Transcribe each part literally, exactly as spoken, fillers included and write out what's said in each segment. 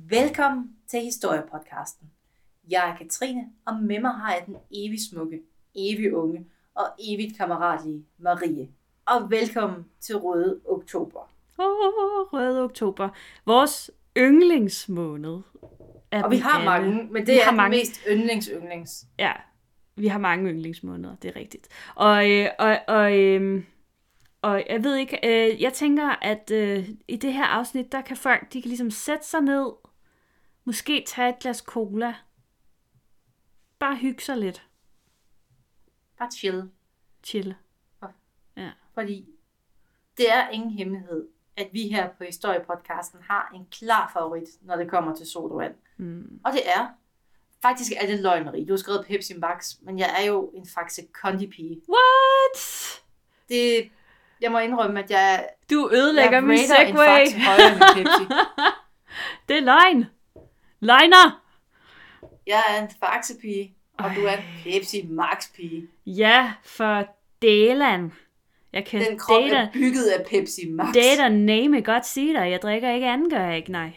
Velkommen til Historiepodcasten. Jeg er Katrine, og med mig har jeg den evigt smukke, evigt unge og evigt kammeratlige Marie. Og velkommen til Røde Oktober. Åh, oh, Røde Oktober. Vores yndlingsmåned. Og vi har alle. mange, men det vi er den mange... mest yndlings yndlings. Ja, vi har mange yndlingsmåneder, det er rigtigt. Og, øh, og, og, øh, og jeg ved ikke, øh, jeg tænker, at øh, i det her afsnit, der kan folk, de kan ligesom sætte sig ned, måske tage et glas cola, bare hygge sig lidt. Bare chill. Chill. Ja. Fordi det er ingen hemmelighed, at vi her på Historiepodcasten har en klar favorit, når det kommer til sodavand. Mm. Og det er, faktisk er det løgneri. Du har skrevet Pepsi Max, men jeg er jo en Faxe Kondi-pige. What? Det, jeg må indrømme, at jeg Du ødelægger jeg min segway. Jeg en Faxe højere end Pepsi. Det er løgn. Løgner. Jeg er en Faxe-pige, og Ej. Du er en Pepsi Max-pige. Ja, for dælan. Jeg kan Den krop data, er bygget af Pepsi Max. Det er name godt sige dig. Jeg drikker ikke andet, gør jeg ikke, nej.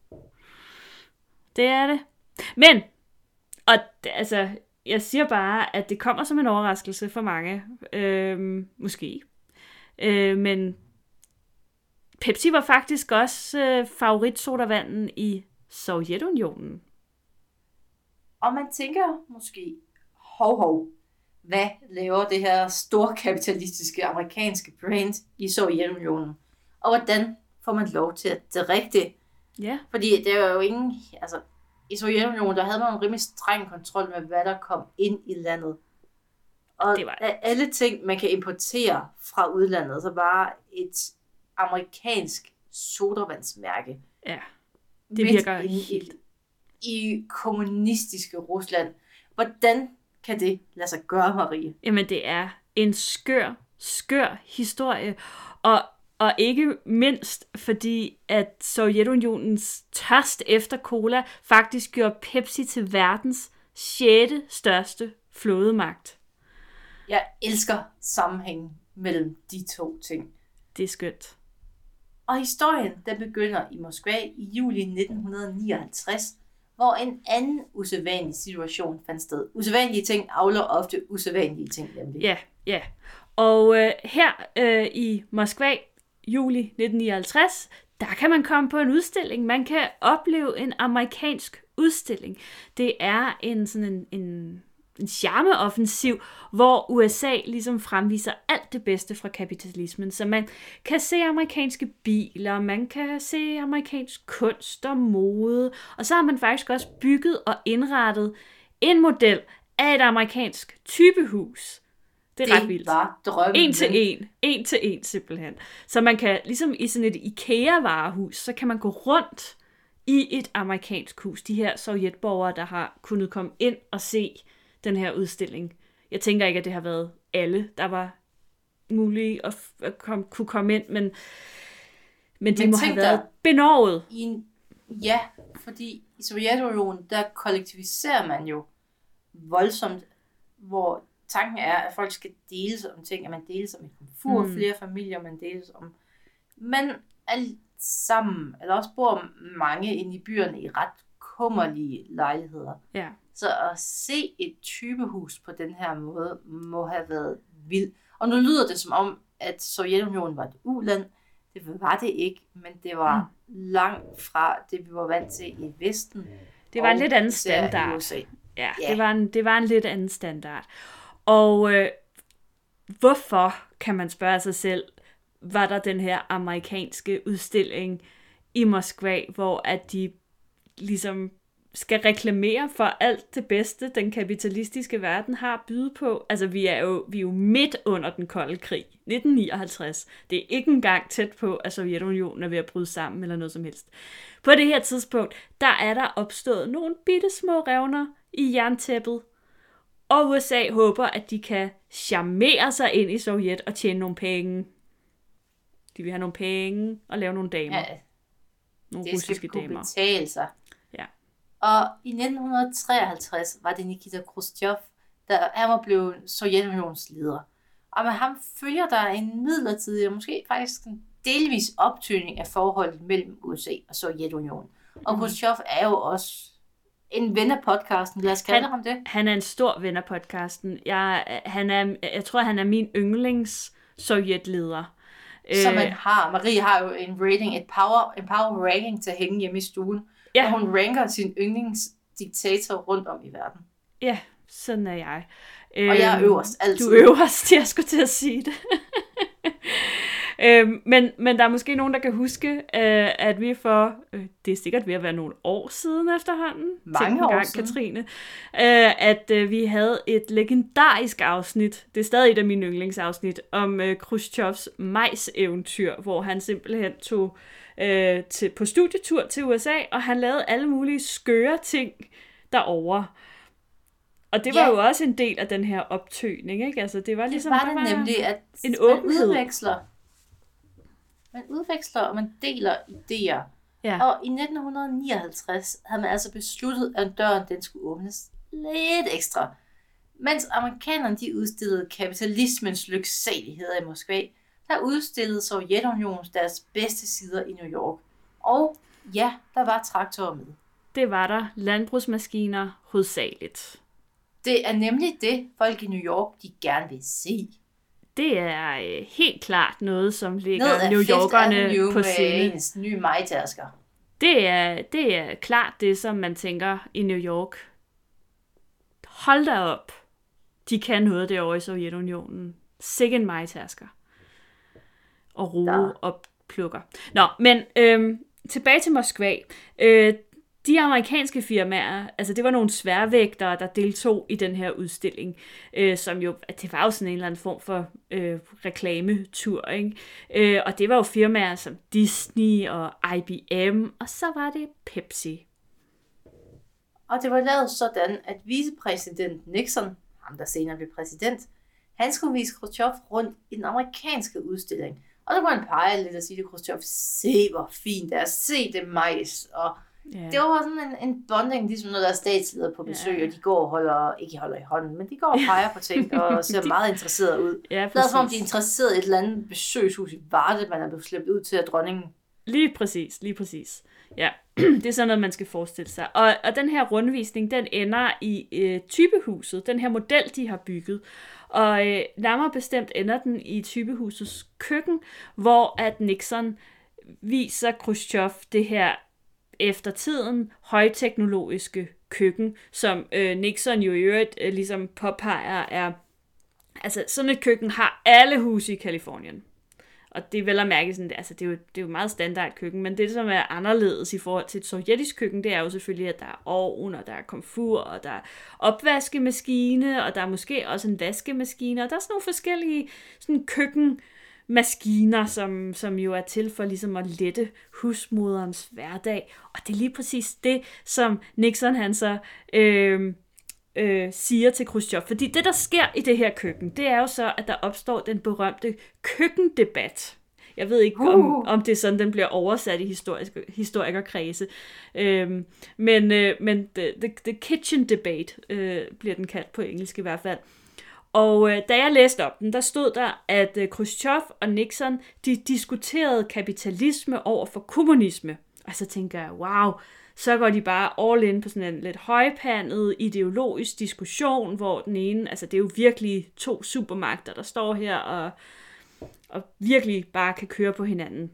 Det er det. Men, og altså, jeg siger bare, at det kommer som en overraskelse for mange. Øhm, måske. Øh, men Pepsi var faktisk også øh, favoritsodavanden i Sovjetunionen. Og man tænker måske, hov hov, hvad laver det her storkapitalistiske amerikanske brand i Sovjetunionen? Og hvordan får man lov til at drikke det? Ja. Fordi der er jo ingen, altså i Sovjetunionen, der havde man en rimelig streng kontrol med, hvad der kom ind i landet. Og det var... af alle ting, man kan importere fra udlandet, så bare et amerikansk sodavandsmærke. Ja, det virker helt... I kommunistiske Rusland. Hvordan kan det lade sig gøre, Marie? Jamen, det er en skør, skør historie. Og, og ikke mindst fordi, at Sovjetunionens tørst efter cola faktisk gjorde Pepsi til verdens sjette største flådemagt. Jeg elsker sammenhængen mellem de to ting. Det er skønt. Og historien, den begynder i Moskva i juli nitten nioghalvtreds, hvor en anden usædvanlig situation fandt sted. Usædvanlige ting avler ofte usædvanlige ting, nemlig. Ja, ja. Og øh, her øh, i Moskva, juli nitten nioghalvtreds, der kan man komme på en udstilling. Man kan opleve en amerikansk udstilling. Det er en sådan en, en, en charmeoffensiv, hvor U S A ligesom fremviser alt det bedste fra kapitalismen. Så man kan se amerikanske biler, man kan se amerikansk kunst og mode, og så har man faktisk også bygget og indrettet en model af et amerikansk typehus. Det er det ret vildt. Var drømmen. En til en. En til en simpelthen. Så man kan, ligesom i sådan et IKEA-varehus, så kan man gå rundt i et amerikansk hus. De her sovjetborgere, der har kunnet komme ind og se den her udstilling. Jeg tænker ikke, at det har været alle, der var mulige at, f- at kom, kunne komme ind, men, men de men må have været benovet. I en, ja, fordi i Sovjetunionen, der kollektiviserer man jo voldsomt, hvor tanken er, at folk skal deles om ting, at man deles om et komfur, mm. flere familier, man deles om. Men alle sammen, eller også bor mange inde i byerne i ret kummerlige lejligheder. Ja. Så at se et typehus på den her måde, må have været vildt. Og nu lyder det som om, at Sovjetunionen var et uland. Det var det ikke, men det var mm. langt fra det, vi var vant til i Vesten. Det var en lidt anden standard. Ja, ja. Det, var en, det var en lidt anden standard. Og øh, hvorfor, kan man spørge sig selv, var der den her amerikanske udstilling i Moskva, hvor at de ligesom skal reklamere for alt det bedste, den kapitalistiske verden har at byde på. Altså, vi er jo, vi er jo midt under den kolde krig, nitten nioghalvtreds. Det er ikke engang tæt på, at Sovjetunionen er ved at bryde sammen eller noget som helst. På det her tidspunkt, der er der opstået nogle bitte små revner i jerntæppet, og U S A håber, at de kan charmere sig ind i Sovjet og tjene nogle penge. De vil have nogle penge og lave nogle damer. Ja, nogle det skal kunne damer. betale sig. Ja. Og i nitten treoghalvtreds var det Nikita Khrushchev, der han var blevet Sovjetunions leder. Og med ham følger der en midlertidig, og måske faktisk en delvis optøning af forholdet mellem U S A og Sovjetunionen. Og mm. Khrushchev er jo også en ven af podcasten, lad os kalde han, ham det. Han er en stor ven af podcasten. Jeg, han er, jeg tror, han er min yndlings sovjetleder. Som man har. Marie har jo en rating, et power, en power ranking til at hænge hjemme i stuen. Ja. Og hun ranker sin yndlingsdiktator rundt om i verden. Ja, sådan er jeg. Og jeg er øverst altid. Du er øverst, jeg skulle til at sige det. øhm, men, men der er måske nogen, der kan huske, øh, at vi for, øh, det er sikkert ved at være nogle år siden efterhånden, mange år gang, siden, Katrine, øh, at øh, vi havde et legendarisk afsnit, det er stadig et af mine yndlingsafsnit, om øh, Khrushchevs majseventyr, hvor han simpelthen tog øh, til, på studietur til U S A, og han lavede alle mulige skøre ting derovre. Og det var ja. jo også en del af den her optøning, ikke? Altså, det var ligesom det var det nemlig, at en åbenhed. Man udveksler, man udveksler, og man deler idéer. Ja. Og i nitten nioghalvtreds havde man altså besluttet, at døren den skulle åbnes lidt ekstra. Mens amerikanerne de udstillede kapitalismens lyksaligheder i Moskva, der udstillede Sovjetunionen deres bedste sider i New York. Og ja, der var traktorer med. Det var der. Landbrugsmaskiner hovedsageligt. Det er nemlig det, folk i New York, de gerne vil se. Det er øh, helt klart noget, som ligger New Yorkerne på scenen. Nye majtasker. Det er, det er klart det, som man tænker i New York. Hold da op. De kan noget derovre i Sovjetunionen. Sikke en majtasker. Og roe og plukker. Nå, men øh, tilbage til Moskva. Øh, De amerikanske firmaer, altså det var nogle sværvægtere, der deltog i den her udstilling, øh, som jo, det var jo sådan en eller anden form for øh, reklametur, ikke? Øh, og det var jo firmaer som Disney og I B M, og så var det Pepsi. Og det var lavet sådan, at vicepræsident Nixon, ham der senere blev præsident, han skulle vise Khrushchev rundt i den amerikanske udstilling. Og der kunne han pege lidt og sige til Khrushchev, se hvor fint det er, se det majs, og yeah. det var sådan en, en bonding, ligesom når der er statsledere på besøg, yeah. og de går og holder, ikke holder i hånden, men de går og peger på ting, og ser de... meget interesseret ud. Ja, det er som om de er interesseret i et eller andet besøgshus i Varde, man er blevet slæbt ud til af dronningen. Lige præcis, lige præcis. Ja, det er sådan noget, man skal forestille sig. Og, og den her rundvisning, den ender i øh, typehuset, den her model, de har bygget. Og øh, nærmere bestemt ender den i typehusets køkken, hvor at Nixon viser Khrushchev det her efter tiden højteknologiske køkken, som øh, Nixon jo i øvrigt øh, ligesom påpeger er, altså sådan et køkken har alle huse i Kalifornien. Og det er vel at mærke sådan, altså det er, jo, det er jo meget standard køkken, men det som er anderledes i forhold til et sovjetisk køkken, det er jo selvfølgelig, at der er ovn, og der er komfur, og der er opvaskemaskine, og der er måske også en vaskemaskine, og der er sådan nogle forskellige sådan køkkenmaskiner, som, som jo er til for ligesom at lette husmoderens hverdag. Og det er lige præcis det, som Nixon han så øh, øh, siger til Khrushchev. Fordi det, der sker i det her køkken, det er jo så, at der opstår den berømte køkkendebat. Jeg ved ikke, om, uh. om det er sådan, den bliver oversat i historisk, historikerkredse. Øhm, men øh, men the, the, the kitchen debate øh, bliver den kaldt på engelsk i hvert fald. Og øh, da jeg læste op den, der stod der, at øh, Khrushchev og Nixon, de diskuterede kapitalisme over for kommunisme. Og så tænker jeg, wow, så går de bare all in på sådan en lidt højpandet ideologisk diskussion, hvor den ene, altså det er jo virkelig to supermagter, der står her og, og virkelig bare kan køre på hinanden.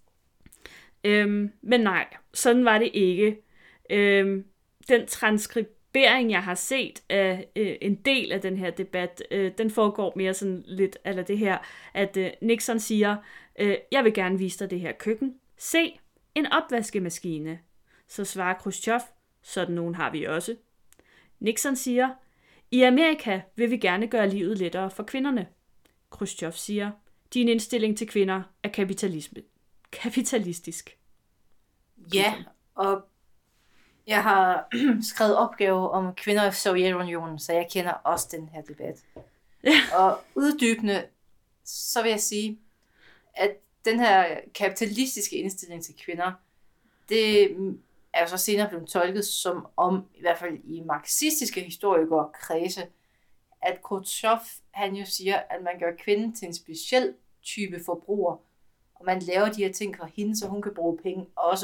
Øhm, men nej, sådan var det ikke. Øhm, den transkribering, jeg har set af øh, en del af den her debat, øh, den foregår mere sådan lidt eller det her, at øh, Nixon siger, øh, jeg vil gerne vise dig det her køkken. Se, en opvaskemaskine. Så svarer Khrushchev, sådan nogen har vi også. Nixon siger, i Amerika vil vi gerne gøre livet lettere for kvinderne. Khrushchev siger, din indstilling til kvinder er kapitalisme. kapitalistisk. Ja, og jeg har skrevet opgave om kvinder i Sovjetunionen, så jeg kender også den her debat. Ja. Og uddybende, så vil jeg sige, at den her kapitalistiske indstilling til kvinder, det er jo så senere blevet tolket som om, i hvert fald i marxistiske historikere kredse, at Khrushchev, han jo siger, at man gør kvinden til en speciel type forbruger, og man laver de her ting for hende, så hun kan bruge penge også.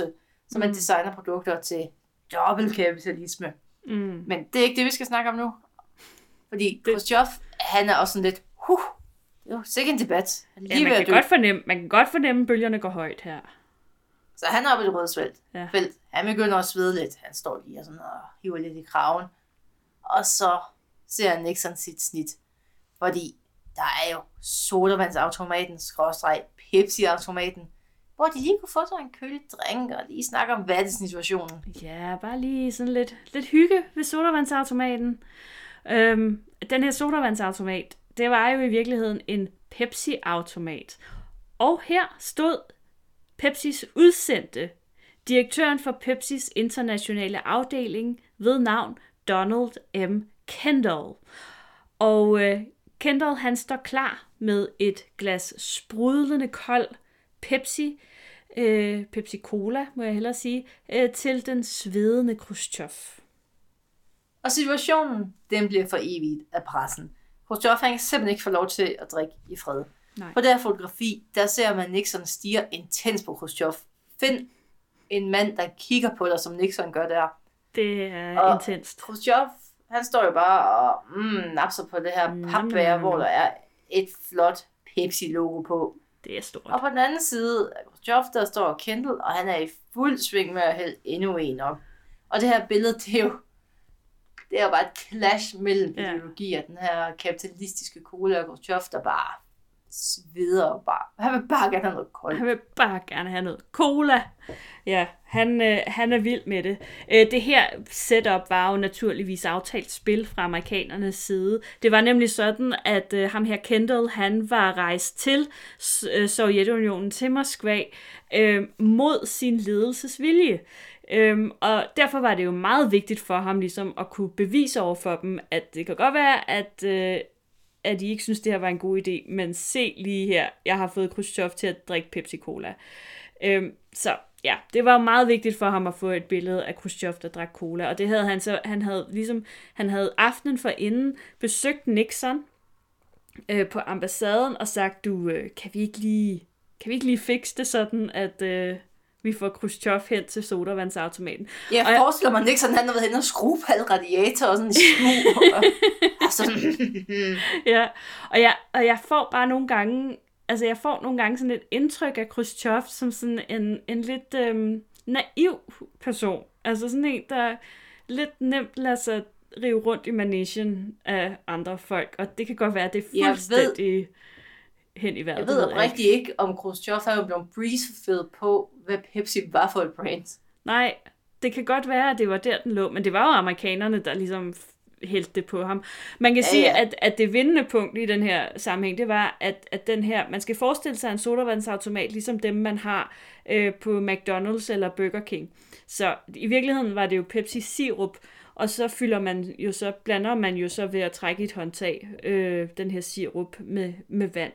Så man mm. designer produkter til dobbeltkapitalisme. Mm. Men det er ikke det, vi skal snakke om nu. Fordi det... Khrushchev, han er også sådan lidt, huh, det er jo sikkert en debat. Ja, man, kan godt fornemme, man kan godt fornemme, at bølgerne går højt her. Så han er oppe i det røde svælt. Ja. Felt. Han begynder at svede lidt. Han står lige og, sådan og hiver lidt i kraven. Og så ser Nixon sit snit. Fordi der er jo sodavandsautomaten, skråstreg, Pepsi-automaten, hvor de lige kunne få sig en kølig drink og lige snakke om vattesituationen. Ja, bare lige sådan lidt, lidt hygge ved sodavandsautomaten. Øhm, den her sodavandsautomat, det var jo i virkeligheden en Pepsi-automat. Og her stod Pepsis udsendte, direktøren for Pepsis internationale afdeling ved navn Donald M. Kendall. Og øh, Kendall, han står klar med et glas sprudlende kold Pepsi, øh, Pepsi Cola, må jeg hellere sige, øh, til den svedende Khrushchev. Og situationen, den bliver for evigt af pressen. Khrushchev kan simpelthen ikke få lov til at drikke i fred. Nej. På det her fotografi, der ser man Nixon stirre intens på Khrushchev. Find en mand, der kigger på dig, som Nixon gør der. Det er og intenst. Khrushchev, han står jo bare og mm, napser på det her papvær, mm. hvor der er et flot Pepsi-logo på. Det er stort. Og på den anden side er Khrushchev, der står Kendall, og han er i fuld sving med at hælde endnu en op. Og det her billede, det er jo, det er jo bare et clash mellem ja. ideologier. Den her kapitalistiske cola og Khrushchev, der bare sveder og bare, han vil bare gerne have noget koldt. Han vil bare gerne have noget cola. Ja, han, øh, han er vild med det. Øh, det her setup var jo naturligvis aftalt spil fra amerikanernes side. Det var nemlig sådan, at øh, ham her Kendall, han var rejst til øh, Sovjetunionen, til Moskva, øh, mod sin ledelsesvilje. Øhm, og derfor var det jo meget vigtigt for ham ligesom at kunne bevise over for dem, at det kan godt være, at øh, at I ikke synes, det her var en god idé, men se lige her, jeg har fået Khrushchev til at drikke Pepsi Cola. Øhm, så ja, det var meget vigtigt for ham at få et billede af Khrushchev, der drak cola, og det havde han så, han havde ligesom, han havde aftenen forinden besøgt Nixon øh, på ambassaden og sagt, du, øh, kan vi ikke lige, kan vi ikke lige fikse det sådan, at øh, vi får Khrushchev hen til sodavandsautomaten. Jeg og forestiller mig, Nixon han har været henne og skrue på alle radiator og sådan en skrue. og, og sådan. Ja, og jeg, og jeg får bare nogle gange, altså jeg får nogle gange sådan et indtryk af Khrushchev som sådan en, en lidt øhm, naiv person. Altså sådan en, der lidt nemt lader sig rive rundt i managen af andre folk. Og det kan godt være, at det er fuldstændig hen i vejret. Jeg ved rigtig ikke, ikke, om Khrushchev har blevet briefet på, hvad Pepsi var for et brand. Nej, det kan godt være, at det var der, den lå, men det var jo amerikanerne, der ligesom hældte det på ham. Man kan ja, sige, ja. At, at det vindende punkt i den her sammenhæng, det var, at, at den her, man skal forestille sig en sodavandsautomat, ligesom dem, man har øh, på McDonald's eller Burger King. Så i virkeligheden var det jo Pepsi sirup, og så fylder man jo så, blander man jo så ved at trække et håndtag, øh, den her sirup med, med vand.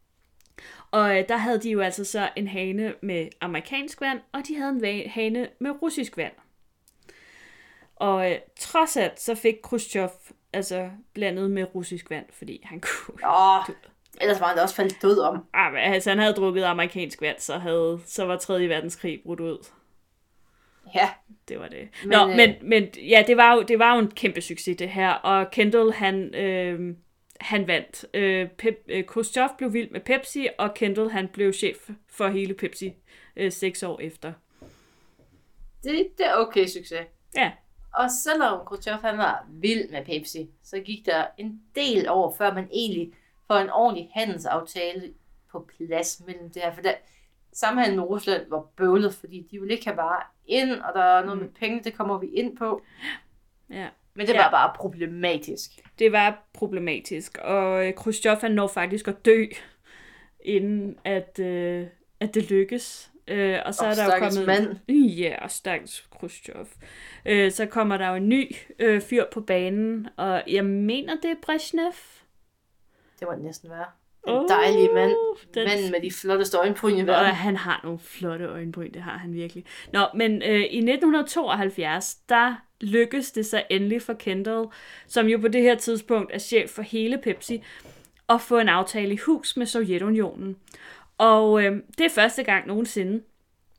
Og øh, der havde de jo altså så en hane med amerikansk vand, og de havde en hane med russisk vand. Og øh, trods alt, så fik Khrushchev altså blandet med russisk vand, fordi han kunne... Åh, ellers var han også faldet død om. Ah, men, altså, han havde drukket amerikansk vand, så, havde, så var tredje verdenskrig brudt ud. Ja. Det var det. Men, Nå, øh... men, men ja, det var, jo, det var jo en kæmpe succes, det her. Og Kendall, han... Øh, Han vandt. Øh, Pep, øh, Khrushchev blev vild med Pepsi, og Kendall han blev chef for hele Pepsi øh, seks år efter. Det, det er okay succes. Ja. Og selvom Khrushchev han var vild med Pepsi, så gik der en del år, før man egentlig får en ordentlig handelsaftale på plads mellem det her. For der, sammenhængen med Rusland var bøvlet, fordi de ville ikke have bare ind, og der er noget mm. med penge, det kommer vi ind på. Ja. Men det var ja. bare problematisk. Det var problematisk, og Khrushchev han når faktisk at dø, inden at, øh, at det lykkes. Øh, og så og er der jo kommet... mand. Ja, og stakkels Khrushchev. Øh, så kommer der jo en ny øh, fyr på banen, og jeg mener, det er Brezhnev. Det var det næsten være. Den oh, dejlige mand. Den... Manden med de flotteste øjenbryn i verden. Og han har nogle flotte øjenbryn, det har han virkelig. Nå, men øh, i nitten tooghalvfjerds, der lykkedes det så endelig for Kendall, som jo på det her tidspunkt er chef for hele Pepsi, at få en aftale i hus med Sovjetunionen. Og øh, det er første gang nogensinde,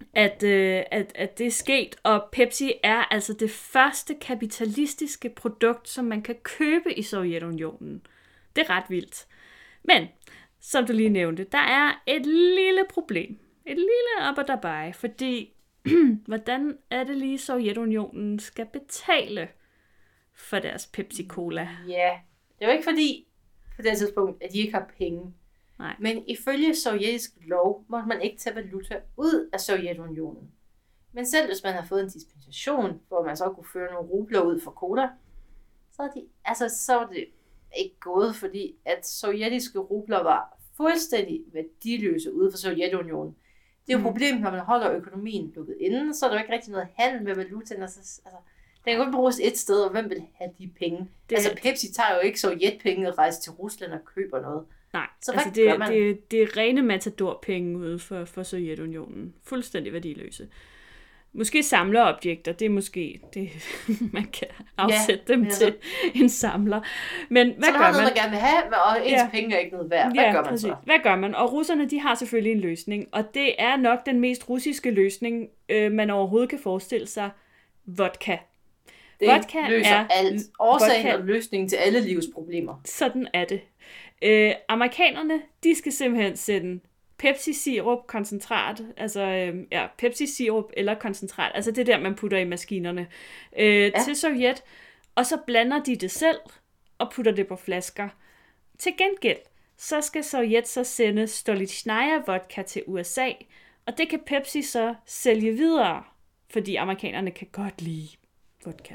at, øh, at, at det er sket, og Pepsi er altså det første kapitalistiske produkt, som man kan købe i Sovjetunionen. Det er ret vildt. Men, som du lige nævnte, der er et lille problem. Et lille op og dabei, fordi hvordan er det lige, Sovjetunionen skal betale for deres Pepsi-Cola? Ja, det er jo ikke fordi, på det tidspunkt, at de ikke har penge. Nej. Men ifølge sovjetisk lov, måtte man ikke tage valuta ud af Sovjetunionen. Men selv hvis man har fået en dispensation, hvor man så kunne føre nogle rubler ud for cola, så er, de, altså, så var det ikke gået, fordi at sovjetiske rubler var fuldstændig værdiløse ude for Sovjetunionen. Det er jo mm. problemet, når man holder økonomien lukket inde, så er der jo ikke rigtig noget handel med valutaen. Altså, altså, den kan kun bruges et sted, og hvem vil have de penge? Det... Altså Pepsi tager jo ikke sovjetpenge og rejser til Rusland og køber noget. Nej, så altså det, det, det er rene matadorpenge ude for, for Sovjetunionen. Fuldstændig værdiløse. Måske samlerobjekter, det er måske det, man kan afsætte ja, dem altså, til en samler. Men hvad så gør man? Så man? noget, man gerne vil have, og ens ja. penge er ikke noget værd. Hvad ja, gør man præcis. så? Hvad gør man? Og russerne, de har selvfølgelig en løsning, og det er nok den mest russiske løsning, øh, man overhovedet kan forestille sig. Vodka. Det vodka løser er alt. Årsagen vodka, og løsningen til alle livsproblemer. Sådan er det. Øh, amerikanerne, de skal simpelthen sende Pepsi-sirup, koncentrat, altså øh, ja, Pepsi-sirup eller koncentrat, altså det der, man putter i maskinerne, øh, ja. til Sovjet, og så blander de det selv og putter det på flasker. Til gengæld, så skal Sovjet så sende Stolichnaya vodka til U S A, og det kan Pepsi så sælge videre, fordi amerikanerne kan godt lide vodka.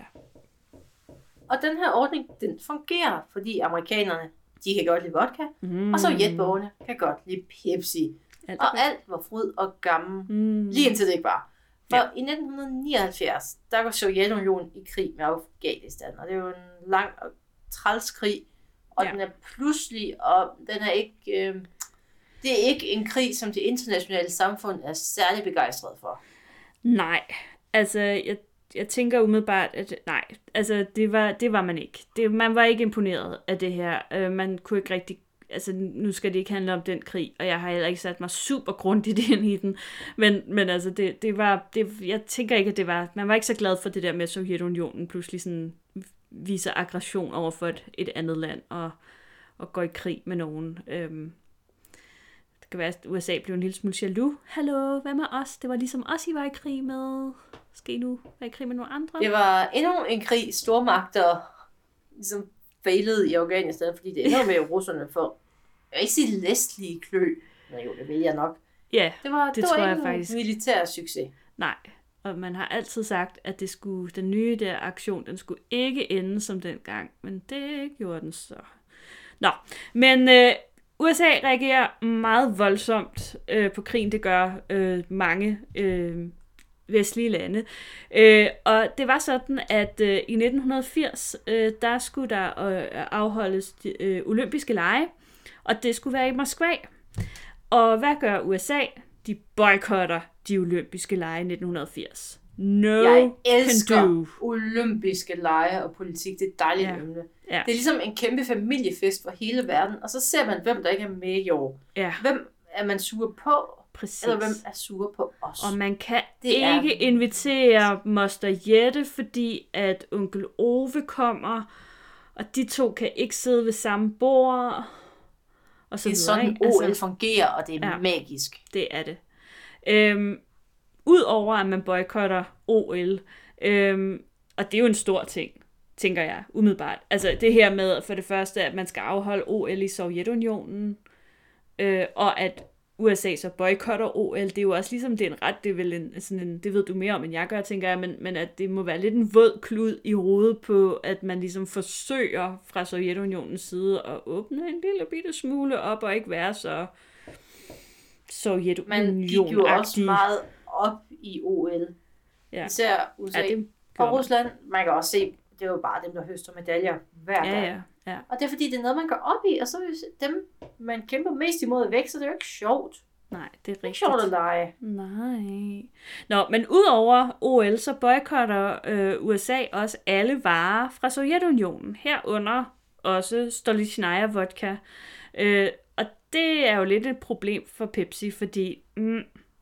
Og den her ordning, den fungerer, fordi amerikanerne, de kan godt lide vodka, mm. og sovjetborgerne kan godt lide Pepsi. Alt og alt var fryd og gammel, mm. lige indtil det ikke var. For ja. i nitten nioghalvfjerds, der går Sovjetunionen i krig med Afghanistan, og det er jo en lang og træls krig, og ja. den er pludselig, og den er ikke, øh, det er ikke en krig, som det internationale samfund er særlig begejstret for. Nej, altså jeg Jeg tænker umiddelbart, at nej, altså det var, det var man ikke. Det, man var ikke imponeret af det her. Uh, man kunne ikke rigtig, altså nu skal det ikke handle om den krig, og jeg har heller ikke sat mig super grundigt ind i den. Men, men altså det, det var, det, jeg tænker ikke, at det var, man var ikke så glad for det der med, at Sovjetunionen pludselig sådan viser aggression over for et, et andet land, og, og går i krig med nogen. Um, det kan være, at U S A blev en lille smule jaloux. Hallo, hvad med os? Det var ligesom os, I var i krig med. Skal I nu være i krig med nogle andre? Det var endnu en krig, stormagter ligesom failede i Afghanistan, fordi det ender med, at russerne får, jeg vil ikke sige læstlige klø, men jo, det vil jeg nok. Ja, det var, det, det tror var jeg ikke faktisk. En militær succes. Nej, og man har altid sagt, at det skulle, den nye der aktion, den skulle ikke ende som dengang, men det gjorde den så. Nå, men øh, U S A reagerer meget voldsomt øh, på krigen, det gør øh, mange øh, vestlige lande. Øh, og det var sådan, at øh, i nitten firs, øh, der skulle der øh, afholdes de, øh, olympiske lege, og det skulle være i Moskva. Og hvad gør U S A? De boykotter de olympiske lege i nitten firs. No Jeg elsker olympiske lege og politik. Det er et dejligt ja. emne. Ja. Det er ligesom en kæmpe familiefest for hele verden, og så ser man, hvem der ikke er med i år. Ja. Hvem er man sur på? Præcis. Eller hvem er sur på os? Og man kan det ikke er... invitere moster Jette, fordi at onkel Ove kommer, og de to kan ikke sidde ved samme bord. Og så det er videre, sådan, ikke? O L altså, fungerer, og det er ja, magisk. Det er det. Øhm, Udover at man boykotter O L, øhm, og det er jo en stor ting, tænker jeg, umiddelbart. Altså det her med, for det første, at man skal afholde O L i Sovjetunionen, øh, og at U S A så boykotter O L, det er jo også ligesom, det er en ret, det er vel en, sådan en, det ved du mere om, end jeg gør, tænker jeg, men, men at det må være lidt en våd klud i hovedet på, at man ligesom forsøger fra Sovjetunionens side at åbne en lille bitte smule op, og ikke være så Sovjetunionagtig. Man gik jo også meget op i O L. Ja. Især U S A ja, og Rusland. Man kan også se, det er jo bare dem, der høster medaljer hver gang. Ja, ja, ja. Og det er fordi, det er noget, man går op i, og så er dem, man kæmper mest imod væk, så det er jo ikke sjovt. Nej, det er rigtigt. Det er ikke sjovt at lege. Nej. Nå, men udover O L, så boykotter øh, U S A også alle varer fra Sovjetunionen. Herunder også Stolichnaya vodka. Øh, og det er jo lidt et problem for Pepsi, fordi mm,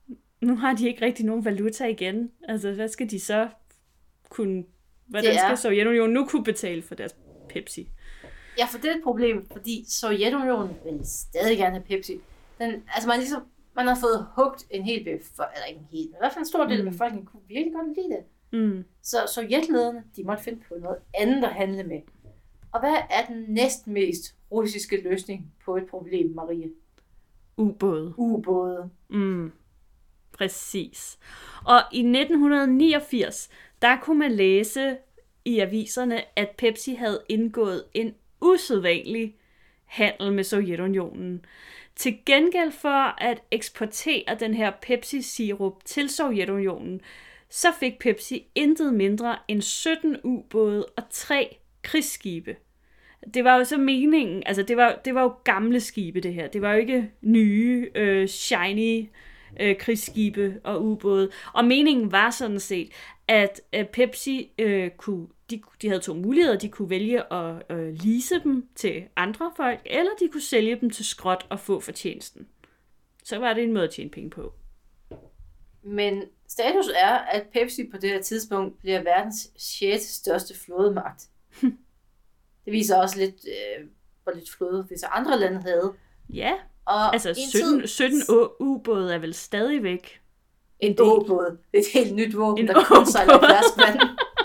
nu har de ikke rigtig nogen valuta igen. Altså, hvad skal de så kunne... Hvordan skal Sovjetunionen nu kunne betale for deres Pepsi? Ja, for det er et problem, fordi Sovjetunionen vil stadig gerne have Pepsi. Den, altså, man, ligesom, man har fået hugt en hel befolkning, eller ikke en hel, men i hvert fald en stor del af befolkningen kunne virkelig godt lide det. Mm. Så sovjetlederne, de måtte finde på noget andet at handle med. Og hvad er den næstmest russiske løsning på et problem, Marie? Ubåde. Ubåde. Mm. Præcis. Og i nitten niogfirs, der kunne man læse i aviserne, at Pepsi havde indgået en usædvanlig handel med Sovjetunionen. Til gengæld for at eksportere den her Pepsi-sirup til Sovjetunionen, så fik Pepsi intet mindre end sytten ubåde og tre krigsskibe. Det var jo så meningen, altså det var, det var jo gamle skibe det her, det var jo ikke nye, øh, shiny øh, krigsskibe og ubåde. Og meningen var sådan set, at øh, Pepsi øh, kunne, de, de havde to muligheder, de kunne vælge at øh, lease dem til andre folk, eller de kunne sælge dem til skrot og få fortjenesten. Så var det en måde at tjene penge på. Men status er, at Pepsi på det her tidspunkt bliver verdens sjette største flådemagt. Det viser også lidt, øh, hvor lidt flåde visse andre lande havde. Ja, og altså sytten, sytten ubåde er vel stadigvæk en ubåd. Det er et helt nyt våben, en der kun sejler i ferskvand.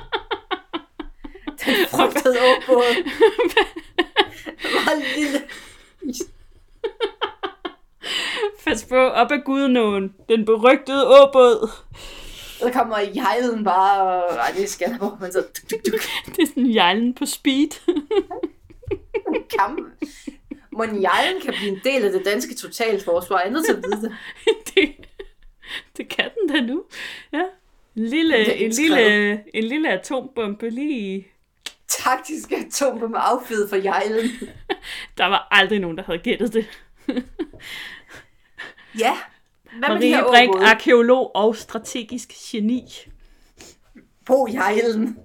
Den frygtede ubåd. Hvor lille. Pas på, op ad Gudenåen. Den berygtede ubåd. Så kommer jejlen bare, og ej, det skal der, hvor man så... Duk, duk, duk. Det er sådan jejlen på speed. Kamp. Men jejlen kan blive en del af det danske totalforsvar. Jeg er nødt til at vide det. det. Det kan den da nu. Ja. En lille, en lille, en lille atombombe lige... Taktisk atombombe affyret for jejlen. Der var aldrig nogen, der havde gættet det. Ja. Hvad Marie Brink, arkeolog og strategisk geni. På jejlen.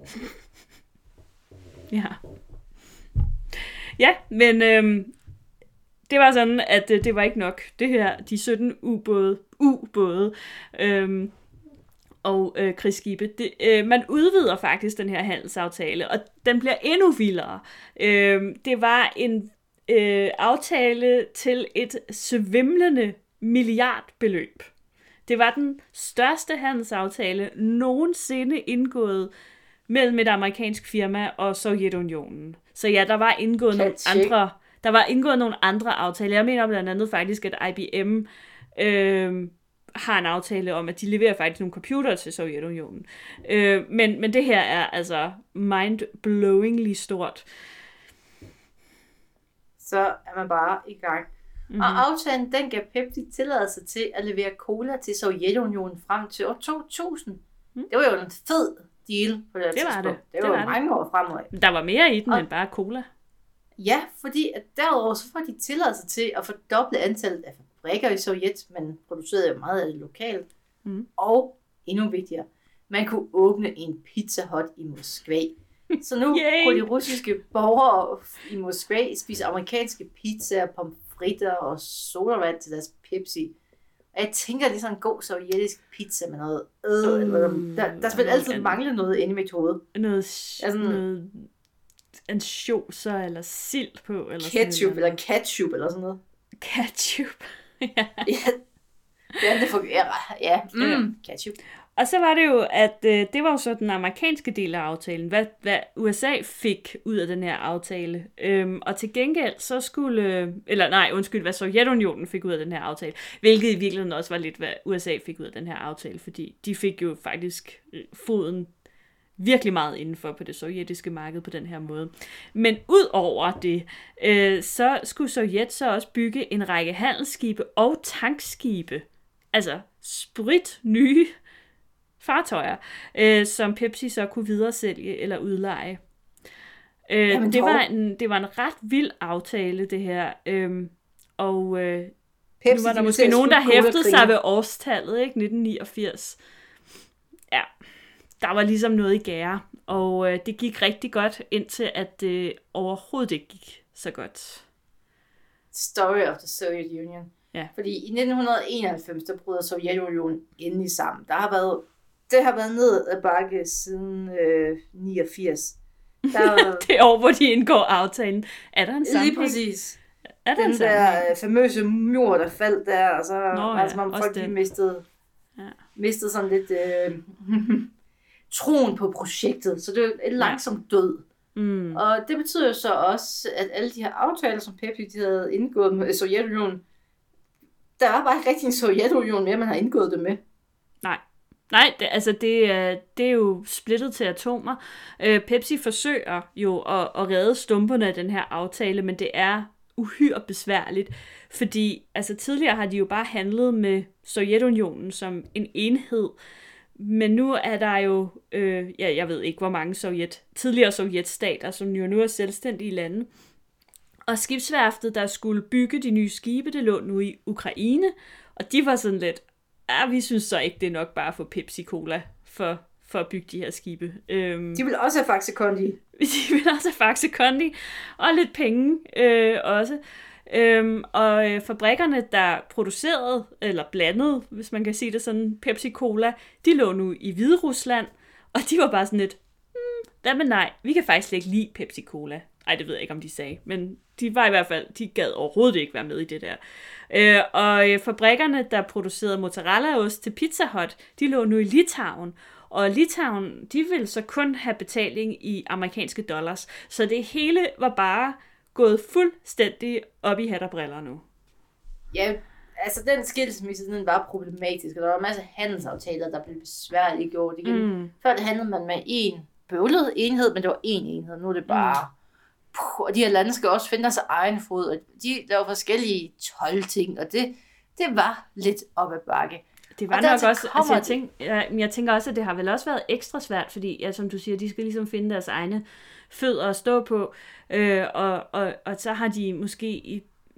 Ja. Ja, men øhm, det var sådan, at øh, det var ikke nok. Det her, de sytten ubåde, ubåde øhm, og øh, krigsskibe. Det, øh, man udvider faktisk den her handelsaftale, og den bliver endnu vildere. Øh, det var en øh, aftale til et svimlende milliardbeløb. Det var den største handelsaftale nogensinde indgået mellem et amerikansk firma og Sovjetunionen. Så ja, der var indgået nogle andre, der var indgået nogle andre aftaler. Jeg mener blandt andet faktisk, at I B M øh, har en aftale om, at de leverer faktisk nogle computere til Sovjetunionen. Øh, men, men det her er altså mind-blowingly stort. Så er man bare i gang. Mm-hmm. Og aftalen, den gav Pepsi tilladelse til at levere cola til Sovjetunionen frem til år to tusind. Mm. Det var jo en fed deal på det, det var tidspunkt. det. Det det var, var mange det. år fremad. Der var mere i den og, end bare cola. Ja, fordi at derudover så får de tilladelse til at fordoble antallet af fabrikker i Sovjet. Man producerede jo meget af det lokalt. Mm. Og endnu vigtigere, man kunne åbne en Pizza Hut i Moskva. Så nu kunne de russiske borgere i Moskva spise amerikanske pizzaer, pomfritter og sodavand til deres Pepsi. Og jeg tænker, det er sådan en god sovjetisk pizza med noget øh, eller, der, der vil altid mangle noget inde i mit hoved. Noget, altså, noget ansjoser eller sild på. Eller ketchup sådan eller ketchup eller sådan noget. Ketchup. ja. ja. Ja, det fungerer. Ja, mm, ja. Ketchup. Og så var det jo, at øh, det var jo så den amerikanske del af aftalen, hvad, hvad U S A fik ud af den her aftale. Øhm, og til gengæld så skulle, øh, eller nej, undskyld, hvad Sovjetunionen fik ud af den her aftale, hvilket i virkeligheden også var lidt, hvad U S A fik ud af den her aftale, fordi de fik jo faktisk foden virkelig meget indenfor på det sovjetiske marked på den her måde. Men ud over det, øh, så skulle Sovjet så også bygge en række handelsskibe og tankskibe, altså sprit nye fartøjer, øh, som Pepsi så kunne videresælge eller udleje. Øh, Jamen, det, var en, det var en ret vild aftale, det her. Øh, og øh, Pepsi, nu var der måske nogen, der hæftede sig ved årstallet, ikke? nitten niogfirs. Ja, der var ligesom noget i gære. Og øh, det gik rigtig godt, indtil at det overhovedet ikke gik så godt. Story of the Soviet Union. Ja. Fordi i nitten enoghalvfems, der bryder Sovjetunionen endelig sammen. Der har været, det har været ned ad bakke siden øh, niogfirs. Der, det år, hvor de indgår aftalen. Er der en sammenhæng? Lige præcis. Er der den en der famøse mur, der faldt der, og så Nå, var det som om ja, folk de mistede, ja. mistede sådan lidt øh, troen på projektet. Så det er et langsomt død. Mm. Og det betyder jo så også, at alle de her aftaler, som Pepsi de havde indgået med Sovjetunionen, der var bare ikke rigtig en Sovjetunion mere, man har indgået det med. Nej. Nej, det, altså det, det er jo splittet til atomer. Øh, Pepsi forsøger jo at, at redde stumperne af den her aftale, men det er uhyre besværligt, fordi altså tidligere har de jo bare handlet med Sovjetunionen som en enhed, men nu er der jo, øh, ja, jeg ved ikke hvor mange sovjet, tidligere sovjetstater, som jo nu er selvstændige lande, og skibsværftet, der skulle bygge de nye skibe, det lå nu i Ukraine, og de var sådan lidt, ja, vi synes så ikke, det er nok bare for Pepsi-Cola for, for at bygge de her skibe. Øhm, de vil også have Faxe Kondi. De vil også have Faxe Kondi, og lidt penge øh, også. Øhm, og øh, fabrikkerne, der producerede, eller blandede, hvis man kan sige det sådan, Pepsi-Cola, de lå nu i Hviderusland, og de var bare sådan lidt, hmm, hvad med nej, vi kan faktisk ikke lide Pepsi-Cola. Ej, det ved jeg ikke, om de sagde, men de var i hvert fald, de gad overhovedet ikke være med i det der. Øh, og øh, fabrikkerne, der producerede mozzarella-ost til Pizza Hut, de lå nu i Litauen. Og Litauen, de ville så kun have betaling i amerikanske dollars. Så det hele var bare gået fuldstændig op i hat og briller nu. Ja, altså den skilsmisse, den var problematisk, og der var en masse handelsaftaler, der blev besværligt gjort igen. Mm. Før det handlede man med en bøvlet enhed, men det var én enhed. Nu er det bare... Mm. Puh, og de her lande skal også finde sig egen fod, og de laver forskellige toldting, og det, det var lidt op ad bakke. Det var nok også, altså jeg, tænk, jeg, jeg tænker også, at det har vel også været ekstra svært, fordi, ja, som du siger, de skal ligesom finde deres egne fødder at stå på, øh, og, og, og så har de måske i,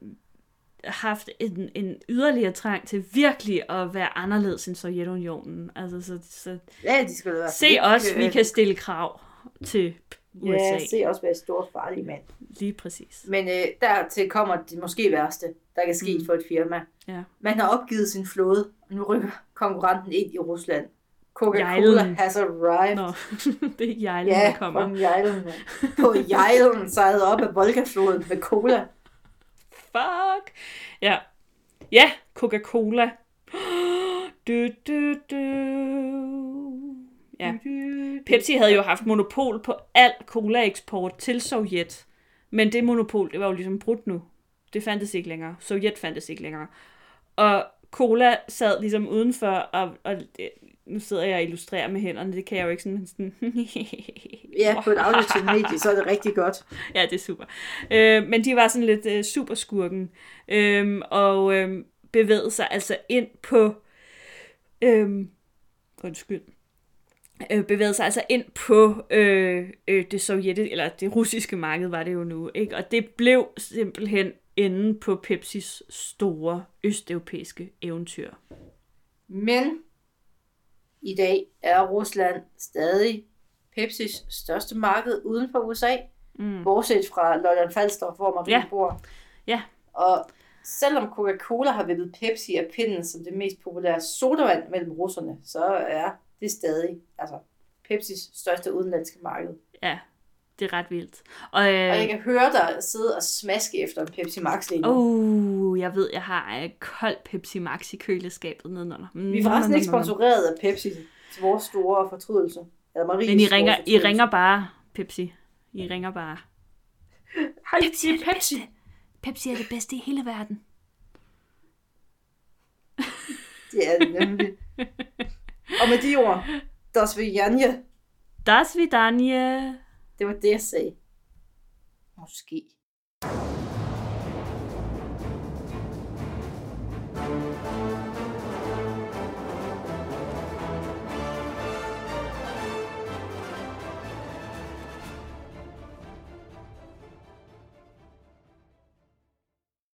haft en, en yderligere trang til virkelig at være anderledes end Sovjetunionen. Altså, så, så ja, de skulle være se os, vi kan stille krav til U S A. Ja, se også være et stort farlig mand. Lige præcis. Men øh, dertil kommer det måske værste, der kan ske mm. for et firma. Ja. Man har opgivet sin flåde, og nu rykker konkurrenten ind i Rusland. Coca-Cola has arrived. Nå, det er Jejlen, ja, der kommer. Ja, fra Jejlen. På Jejlen sejlede op af Volga-floden med cola. Fuck. Ja. Ja, Coca-Cola. Du, du, du. Ja. Pepsi havde jo haft monopol på al cola-eksport til Sovjet. Men det monopol, det var jo ligesom brudt nu. Det fandtes ikke længere. Sovjet fandtes ikke længere. Og cola sad ligesom udenfor, og, og det, nu sidder jeg og illustrerer med hænderne, det kan jeg jo ikke sådan... sådan ja, på et auditivt medie, så er det rigtig godt. Ja, det er super. Øh, men de var sådan lidt øh, superskurken, øh, og øh, bevægede sig altså ind på... Øh, undskyld. Øh, bevægede sig altså ind på øh, øh, det sovjetiske, eller det russiske marked var det jo nu, ikke? Og det blev simpelthen enden på Pepsis store østeuropæiske eventyr. Men i dag er Rusland stadig Pepsis største marked uden for U S A, mm. bortset fra Lolland Falster, hvor man ja. bor. Ja. Og selvom Coca-Cola har vippet Pepsi af pinden som det mest populære sodavand mellem russerne, så er det stadig altså Pepsis største udenlandske marked. Ja, det er ret vildt. Og, øh... og jeg kan høre dig sidde og smaske efter en Pepsi Max lige nu. Uh, jeg ved, jeg har en kold Pepsi Max i køleskabet nedenunder. Mm, Vi er forresten ikke sponsoreret af Pepsi til vores store fortrydelse. Eller Maries Men I ringer, I ringer bare, Pepsi. I ringer bare. Hej, Pepsi, Pepsi. Pepsi. Pepsi er det bedste i hele verden. Det er det nemlig. Og med de ord, das svidanje. Das svidanje. Det var det, jeg sagde. Måske.